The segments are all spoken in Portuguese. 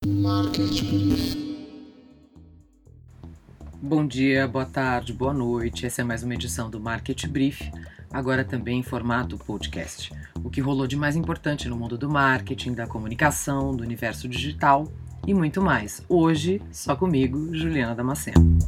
Bom dia, boa tarde, boa noite. Essa é mais uma edição do Market Brief, agora também em formato podcast. O que rolou de mais importante no mundo do marketing, da comunicação, do universo digital e muito mais. Hoje, só comigo, Juliana Damasceno.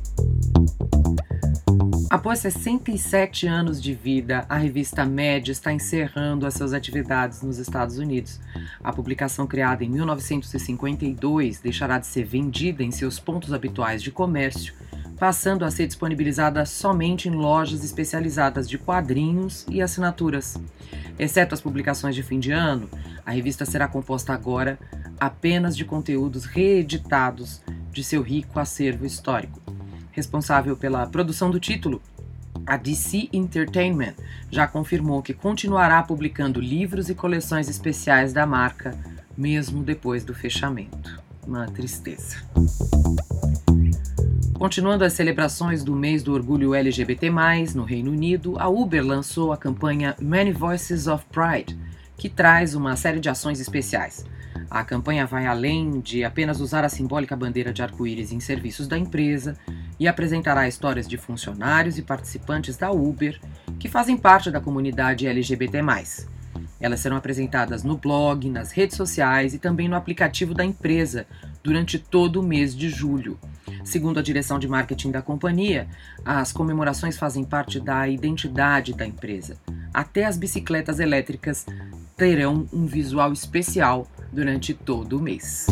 Após 67 anos de vida, a revista Média está encerrando as suas atividades nos Estados Unidos. A publicação, criada em 1952, deixará de ser vendida em seus pontos habituais de comércio, passando a ser disponibilizada somente em lojas especializadas de quadrinhos e assinaturas. Exceto as publicações de fim de ano, a revista será composta agora apenas de conteúdos reeditados de seu rico acervo histórico. Responsável pela produção do título, a DC Entertainment já confirmou que continuará publicando livros e coleções especiais da marca, mesmo depois do fechamento. Uma tristeza. Continuando as celebrações do mês do orgulho LGBT+, no Reino Unido, a Uber lançou a campanha Many Voices of Pride, que traz uma série de ações especiais. A campanha vai além de apenas usar a simbólica bandeira de arco-íris em serviços da empresa e apresentará histórias de funcionários e participantes da Uber que fazem parte da comunidade LGBT+. Elas serão apresentadas no blog, nas redes sociais e também no aplicativo da empresa durante todo o mês de julho. Segundo a direção de marketing da companhia, as comemorações fazem parte da identidade da empresa. Até as bicicletas elétricas terão um visual especial durante todo o mês.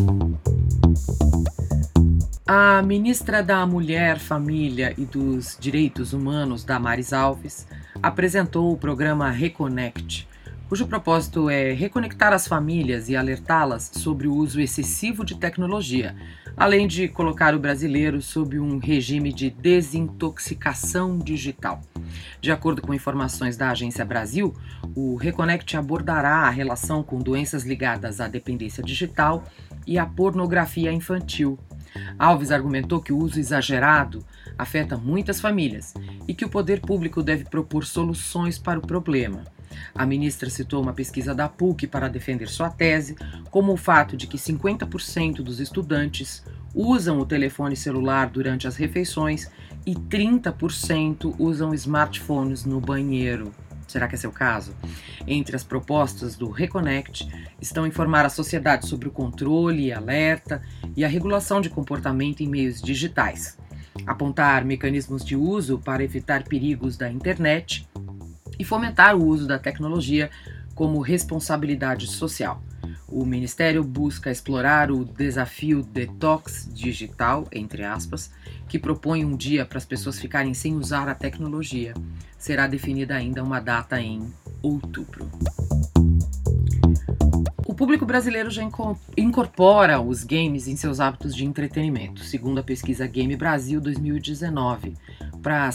A ministra da Mulher, Família e dos Direitos Humanos, Damares Alves, apresentou o programa Reconnect, cujo propósito é reconectar as famílias e alertá-las sobre o uso excessivo de tecnologia, além de colocar o brasileiro sob um regime de desintoxicação digital. De acordo com informações da Agência Brasil, o Reconnect abordará a relação com doenças ligadas à dependência digital e à pornografia infantil. Alves argumentou que o uso exagerado afeta muitas famílias e que o poder público deve propor soluções para o problema. A ministra citou uma pesquisa da PUC para defender sua tese, como o fato de que 50% dos estudantes usam o telefone celular durante as refeições e 30% usam smartphones no banheiro. Será que é seu caso? Entre as propostas do Reconnect estão informar a sociedade sobre o controle e alerta e a regulação de comportamento em meios digitais, apontar mecanismos de uso para evitar perigos da internet e fomentar o uso da tecnologia como responsabilidade social. O Ministério busca explorar o desafio detox digital, entre aspas, que propõe um dia para as pessoas ficarem sem usar a tecnologia. Será definida ainda uma data em outubro. O público brasileiro já incorpora os games em seus hábitos de entretenimento, segundo a pesquisa Game Brasil 2019. Para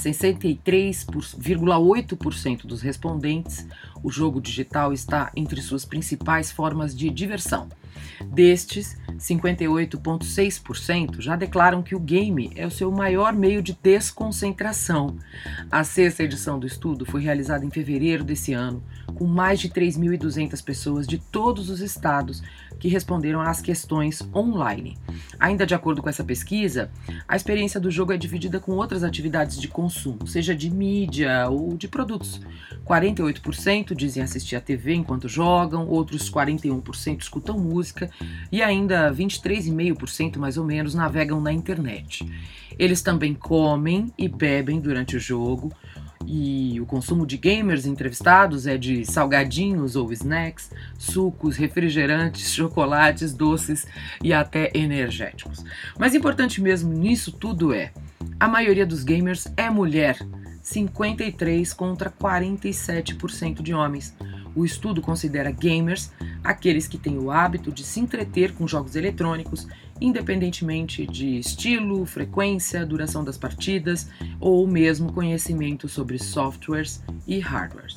63,8% dos respondentes, o jogo digital está entre suas principais formas de diversão. Destes, 58,6% já declaram que o game é o seu maior meio de desconcentração. A sexta edição do estudo foi realizada em fevereiro desse ano, com mais de 3.200 pessoas de todos os estados que responderam às questões online. Ainda de acordo com essa pesquisa, a experiência do jogo é dividida com outras atividades de consumo, seja de mídia ou de produtos. 48% dizem assistir à TV enquanto jogam, outros 41% escutam música e ainda 23,5% mais ou menos navegam na internet. Eles também comem e bebem durante o jogo, e o consumo de gamers entrevistados é de salgadinhos ou snacks, sucos, refrigerantes, chocolates, doces e até energéticos. Mas importante mesmo nisso tudo é, a maioria dos gamers é mulher, 53% contra 47% de homens. O estudo considera gamers aqueles que têm o hábito de se entreter com jogos eletrônicos, independentemente de estilo, frequência, duração das partidas ou mesmo conhecimento sobre softwares e hardwares.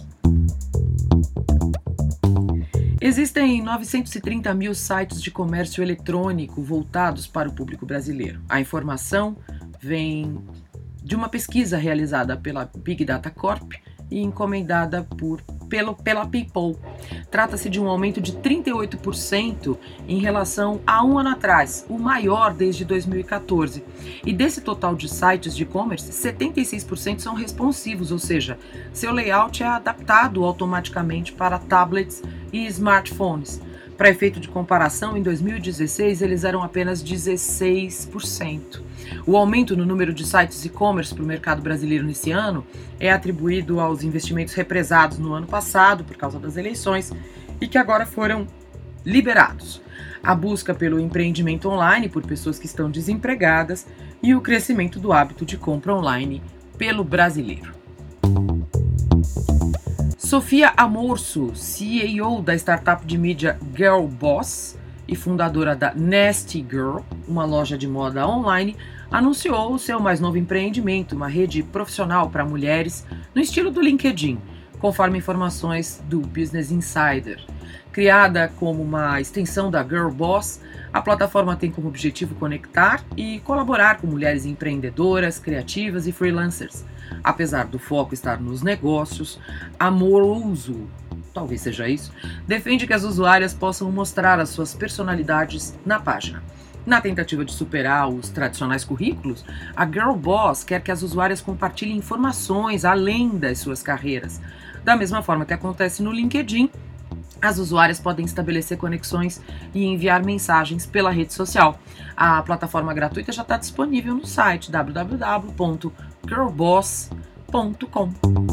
Existem 930 mil sites de comércio eletrônico voltados para o público brasileiro. A informação vem de uma pesquisa realizada pela Big Data Corp e encomendada por pela People. Trata-se de um aumento de 38% em relação a um ano atrás, o maior desde 2014. E desse total de sites de e-commerce, 76% são responsivos, ou seja, seu layout é adaptado automaticamente para tablets e smartphones. Para efeito de comparação, em 2016 eles eram apenas 16%. O aumento no número de sites e-commerce para o mercado brasileiro nesse ano é atribuído aos investimentos represados no ano passado por causa das eleições e que agora foram liberados. A busca pelo empreendimento online por pessoas que estão desempregadas e o crescimento do hábito de compra online pelo brasileiro. Sofia Amorso, CEO da startup de mídia Girl Boss e fundadora da Nasty Girl, uma loja de moda online, anunciou o seu mais novo empreendimento, uma rede profissional para mulheres no estilo do LinkedIn, conforme informações do Business Insider. Criada como uma extensão da Girl Boss, a plataforma tem como objetivo conectar e colaborar com mulheres empreendedoras, criativas e freelancers. Apesar do foco estar nos negócios, Amoroso, talvez seja isso, defende que as usuárias possam mostrar as suas personalidades na página. Na tentativa de superar os tradicionais currículos, a Girl Boss quer que as usuárias compartilhem informações além das suas carreiras. Da mesma forma que acontece no LinkedIn, as usuárias podem estabelecer conexões e enviar mensagens pela rede social. A plataforma gratuita já está disponível no site www.girlboss.com.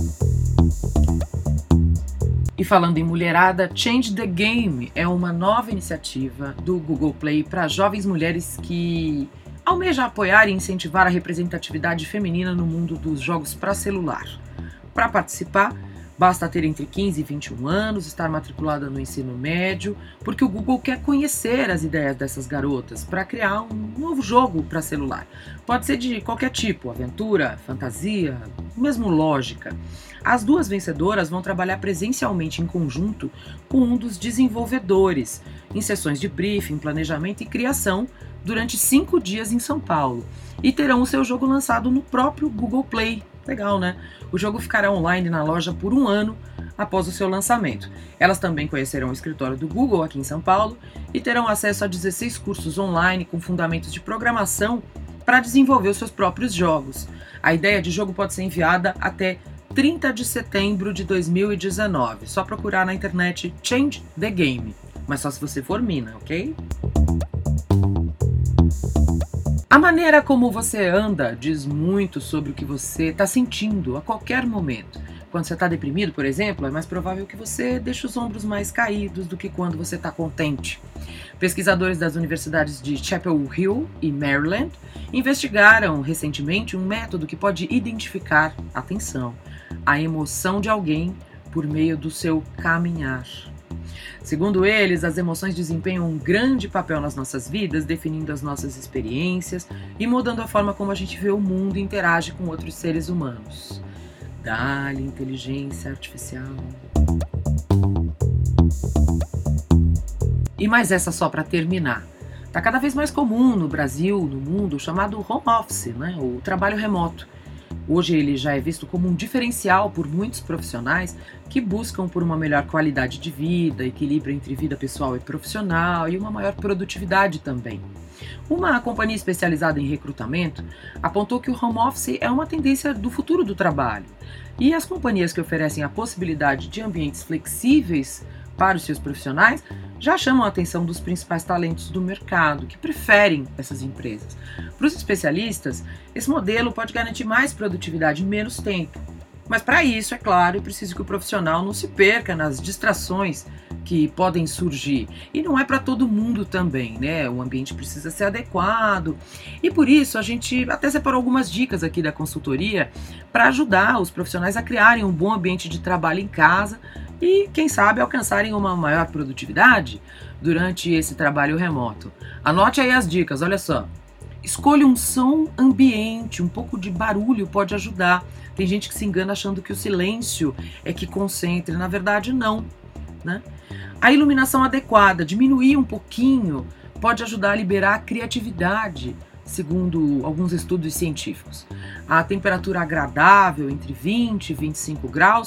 E falando em mulherada, Change the Game é uma nova iniciativa do Google Play para jovens mulheres que almejam apoiar e incentivar a representatividade feminina no mundo dos jogos para celular. Para participar, basta ter entre 15 e 21 anos, estar matriculada no ensino médio, porque o Google quer conhecer as ideias dessas garotas para criar um novo jogo para celular. Pode ser de qualquer tipo, aventura, fantasia, mesmo lógica. As duas vencedoras vão trabalhar presencialmente em conjunto com um dos desenvolvedores, em sessões de briefing, planejamento e criação, durante 5 dias em São Paulo. E terão o seu jogo lançado no próprio Google Play. Legal, né? O jogo ficará online na loja por 1 ano após o seu lançamento. Elas também conhecerão o escritório do Google aqui em São Paulo e terão acesso a 16 cursos online com fundamentos de programação para desenvolver os seus próprios jogos. A ideia de jogo pode ser enviada até 30 de setembro de 2019. Só procurar na internet Change the Game. Mas só se você for mina, ok? A maneira como você anda diz muito sobre o que você está sentindo a qualquer momento. Quando você está deprimido, por exemplo, é mais provável que você deixe os ombros mais caídos do que quando você está contente. Pesquisadores das universidades de Chapel Hill e Maryland investigaram recentemente um método que pode identificar, atenção, a emoção de alguém por meio do seu caminhar. Segundo eles, as emoções desempenham um grande papel nas nossas vidas, definindo as nossas experiências e mudando a forma como a gente vê o mundo e interage com outros seres humanos. Dá-lhe inteligência artificial. E mais essa só para terminar. Está cada vez mais comum no Brasil, no mundo, o chamado home office, né? O trabalho remoto. Hoje ele já é visto como um diferencial por muitos profissionais que buscam por uma melhor qualidade de vida, equilíbrio entre vida pessoal e profissional e uma maior produtividade também. Uma companhia especializada em recrutamento apontou que o home office é uma tendência do futuro do trabalho e as companhias que oferecem a possibilidade de ambientes flexíveis para os seus profissionais já chamam a atenção dos principais talentos do mercado, que preferem essas empresas. Para os especialistas, esse modelo pode garantir mais produtividade em menos tempo. Mas para isso, é claro, é preciso que o profissional não se perca nas distrações que podem surgir. E não é para todo mundo também, né? O ambiente precisa ser adequado. E por isso, a gente até separou algumas dicas aqui da consultoria para ajudar os profissionais a criarem um bom ambiente de trabalho em casa e, quem sabe, alcançarem uma maior produtividade durante esse trabalho remoto. Anote aí as dicas, olha só. Escolha um som ambiente, um pouco de barulho pode ajudar. Tem gente que se engana achando que o silêncio é que concentre, na verdade não, né? A iluminação adequada, diminuir um pouquinho, pode ajudar a liberar a criatividade, segundo alguns estudos científicos. A temperatura agradável, entre 20 e 25 graus,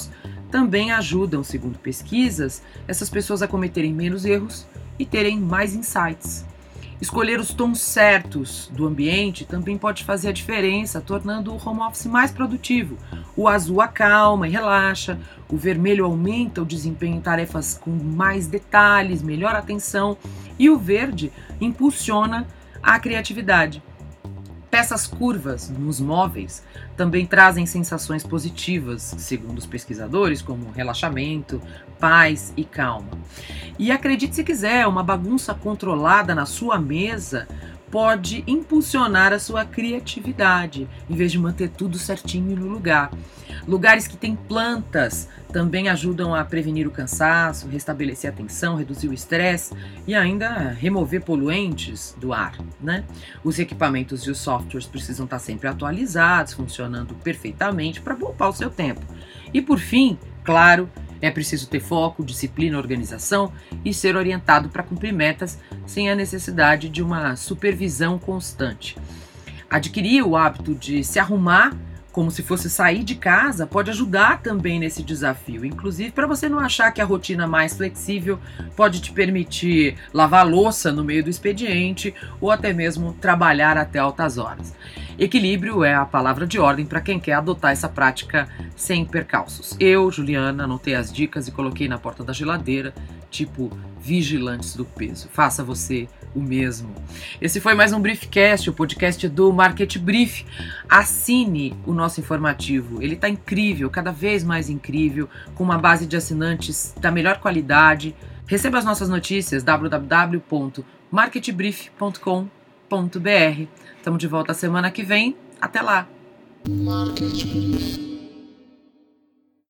também ajudam, segundo pesquisas, essas pessoas a cometerem menos erros e terem mais insights. Escolher os tons certos do ambiente também pode fazer a diferença, tornando o home office mais produtivo. O azul acalma e relaxa, o vermelho aumenta o desempenho em tarefas com mais detalhes, melhor atenção, e o verde impulsiona a criatividade. Peças curvas nos móveis também trazem sensações positivas, segundo os pesquisadores, como relaxamento, paz e calma. E acredite se quiser, uma bagunça controlada na sua mesa pode impulsionar a sua criatividade, em vez de manter tudo certinho no lugar. Lugares que têm plantas também ajudam a prevenir o cansaço, restabelecer a atenção, reduzir o estresse e ainda remover poluentes do ar, né? Os equipamentos e os softwares precisam estar sempre atualizados, funcionando perfeitamente para poupar o seu tempo. E por fim, claro, é preciso ter foco, disciplina, organização e ser orientado para cumprir metas sem a necessidade de uma supervisão constante. Adquirir o hábito de se arrumar como se fosse sair de casa pode ajudar também nesse desafio, inclusive para você não achar que a rotina mais flexível pode te permitir lavar a louça no meio do expediente ou até mesmo trabalhar até altas horas. Equilíbrio é a palavra de ordem para quem quer adotar essa prática sem percalços. Eu, Juliana, anotei as dicas e coloquei na porta da geladeira, tipo vigilantes do peso. Faça você o mesmo. Esse foi mais um Briefcast, o podcast do Market Brief. Assine o nosso informativo. Ele está incrível, cada vez mais incrível, com uma base de assinantes da melhor qualidade. Receba as nossas notícias www.marketbrief.com.br. Estamos de volta a semana que vem. Até lá! Market Brief.